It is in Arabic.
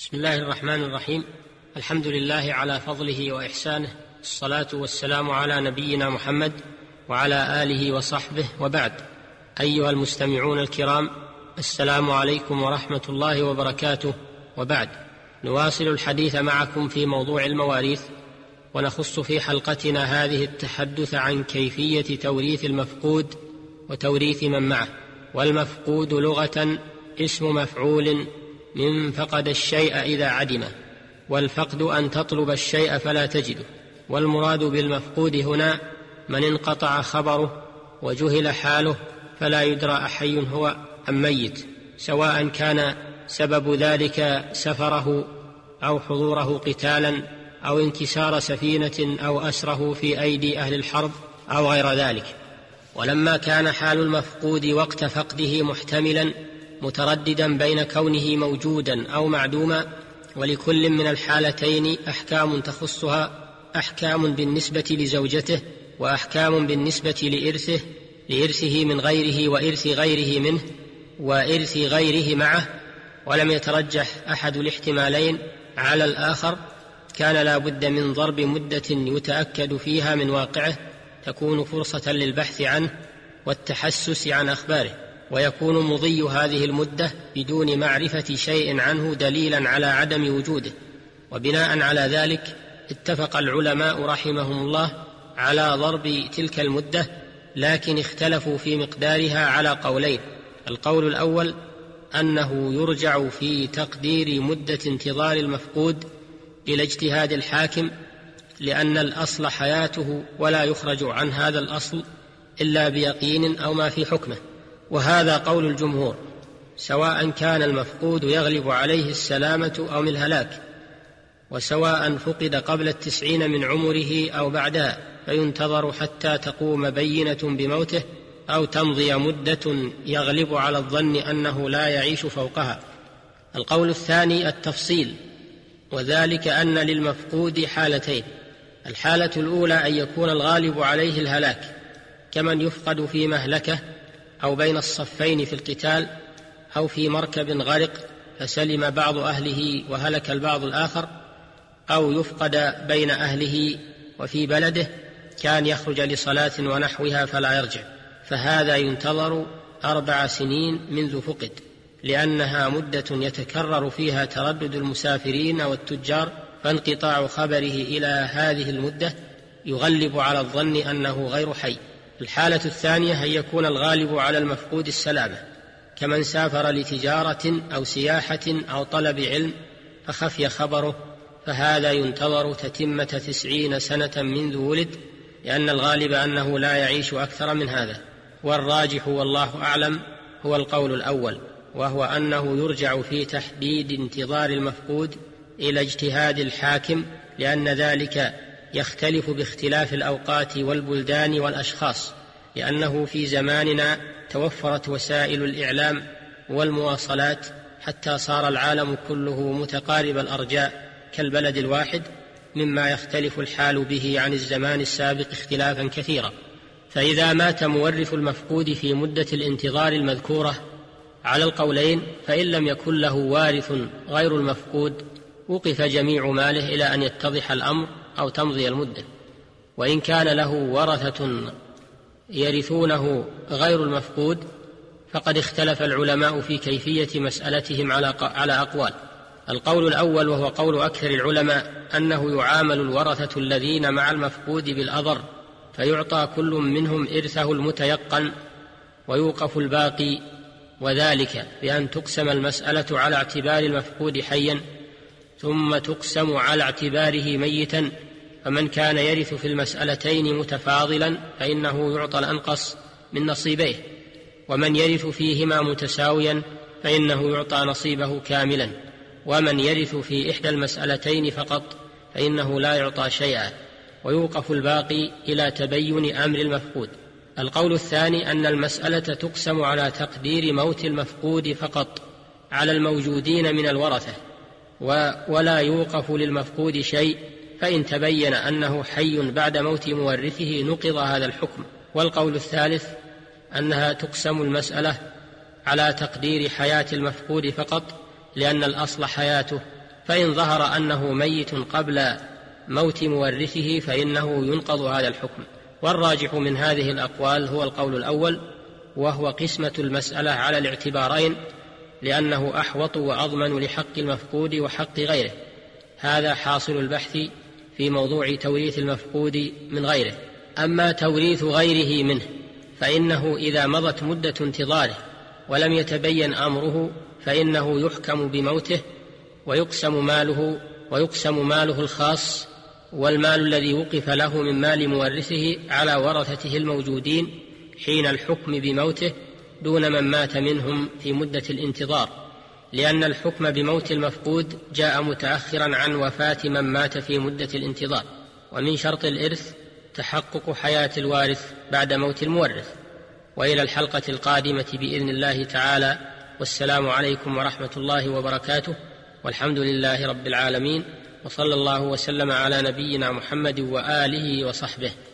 بسم الله الرحمن الرحيم. الحمد لله على فضله وإحسانه، الصلاة والسلام على نبينا محمد وعلى آله وصحبه، وبعد. أيها المستمعون الكرام، السلام عليكم ورحمة الله وبركاته، وبعد. نواصل الحديث معكم في موضوع المواريث، ونخص في حلقتنا هذه التحدث عن كيفية توريث المفقود وتوريث من معه. والمفقود لغة اسم مفعول من فقد الشيء إذا عدمه، والفقد أن تطلب الشيء فلا تجده. والمراد بالمفقود هنا من انقطع خبره وجهل حاله فلا يدرى أحي هو أم ميت، سواء كان سبب ذلك سفره أو حضوره قتالا أو انكسار سفينة أو أسره في أيدي أهل الحرب أو غير ذلك. ولما كان حال المفقود وقت فقده محتملا مترددا بين كونه موجودا أو معدوما، ولكل من الحالتين أحكام تخصها، أحكام بالنسبة لزوجته وأحكام بالنسبة لإرثه من غيره وإرث غيره منه وإرث غيره معه، ولم يترجح أحد الاحتمالين على الآخر، كان لا بد من ضرب مدة يتأكد فيها من واقعه، تكون فرصة للبحث عنه والتحسس عن أخباره، ويكون مضي هذه المدة بدون معرفة شيء عنه دليلا على عدم وجوده. وبناء على ذلك اتفق العلماء رحمهم الله على ضرب تلك المدة، لكن اختلفوا في مقدارها على قولين. القول الأول أنه يرجع في تقدير مدة انتظار المفقود إلى اجتهاد الحاكم، لأن الأصل حياته ولا يخرج عن هذا الأصل إلا بيقين أو ما في حكمه، وهذا قول الجمهور، سواء كان المفقود يغلب عليه السلامة أو من الهلاك، وسواء فقد قبل 90 من عمره أو بعدها، فينتظر حتى تقوم بينة بموته أو تمضي مدة يغلب على الظن أنه لا يعيش فوقها. القول الثاني التفصيل، وذلك أن للمفقود حالتين: الحالة الأولى أن يكون الغالب عليه الهلاك، كمن يفقد في مهلكة أو بين الصفين في القتال أو في مركب غرق فسلم بعض أهله وهلك البعض الآخر، أو يفقد بين أهله وفي بلده كان يخرج لصلاة ونحوها فلا يرجع، فهذا ينتظر 4 سنين منذ فقد، لأنها مدة يتكرر فيها تردد المسافرين والتجار، فانقطاع خبره إلى هذه المدة يغلب على الظن أنه غير حي. الحالة الثانية أن يكون الغالب على المفقود السلامة، كمن سافر لتجارة أو سياحة أو طلب علم فخفي خبره، فهذا ينتظر تتمة 90 سنة منذ ولد، لأن الغالب أنه لا يعيش أكثر من هذا. والراجح والله أعلم هو القول الأول، وهو أنه يرجع في تحديد انتظار المفقود إلى اجتهاد الحاكم، لأن ذلك يختلف باختلاف الأوقات والبلدان والأشخاص، لأنه في زماننا توفرت وسائل الإعلام والمواصلات حتى صار العالم كله متقارب الأرجاء كالبلد الواحد، مما يختلف الحال به عن الزمان السابق اختلافا كثيرا. فإذا مات مورث المفقود في مدة الانتظار المذكورة على القولين، فإن لم يكن له وارث غير المفقود وقف جميع ماله إلى أن يتضح الأمر أو تمضي المدة. وإن كان له ورثة يرثونه غير المفقود فقد اختلف العلماء في كيفية مسألتهم على أقوال. القول الأول، وهو قول أكثر العلماء، أنه يعامل الورثة الذين مع المفقود بالأضر، فيعطى كل منهم إرثه المتيقن ويوقف الباقي، وذلك بأن تقسم المسألة على اعتبار المفقود حيا ثم تقسم على اعتباره ميتا، فمن كان يرث في المسألتين متفاضلا فإنه يعطى الأنقص من نصيبيه، ومن يرث فيهما متساويا فإنه يعطى نصيبه كاملا، ومن يرث في إحدى المسألتين فقط فإنه لا يعطى شيئا، ويوقف الباقي إلى تبين أمر المفقود. القول الثاني أن المسألة تقسم على تقدير موت المفقود فقط على الموجودين من الورثة، ولا يوقف للمفقود شيء، فإن تبين أنه حي بعد موت مورثه نقض هذا الحكم. والقول الثالث أنها تقسم المسألة على تقدير حياة المفقود فقط، لأن الأصل حياته فإن ظهر أنه ميت قبل موت مورثه فإنه ينقض هذا الحكم. والراجح من هذه الأقوال هو القول الأول، وهو قسمة المسألة على الاعتبارين، لأنه أحوط وأضمن لحق المفقود وحق غيره. هذا حاصل البحث في موضوع توريث المفقود من غيره. أما توريث غيره منه فإنه إذا مضت مدة انتظاره ولم يتبين أمره فإنه يحكم بموته ويقسم ماله الخاص والمال الذي وقف له من مال مورثه على ورثته الموجودين حين الحكم بموته دون من مات منهم في مدة الانتظار، لأن الحكم بموت المفقود جاء متأخرا عن وفاة من مات في مدة الانتظار. ومن شرط الإرث تحقق حياة الوارث بعد موت المورث. وإلى الحلقة القادمة بإذن الله تعالى، والسلام عليكم ورحمة الله وبركاته، والحمد لله رب العالمين، وصلى الله وسلم على نبينا محمد وآله وصحبه.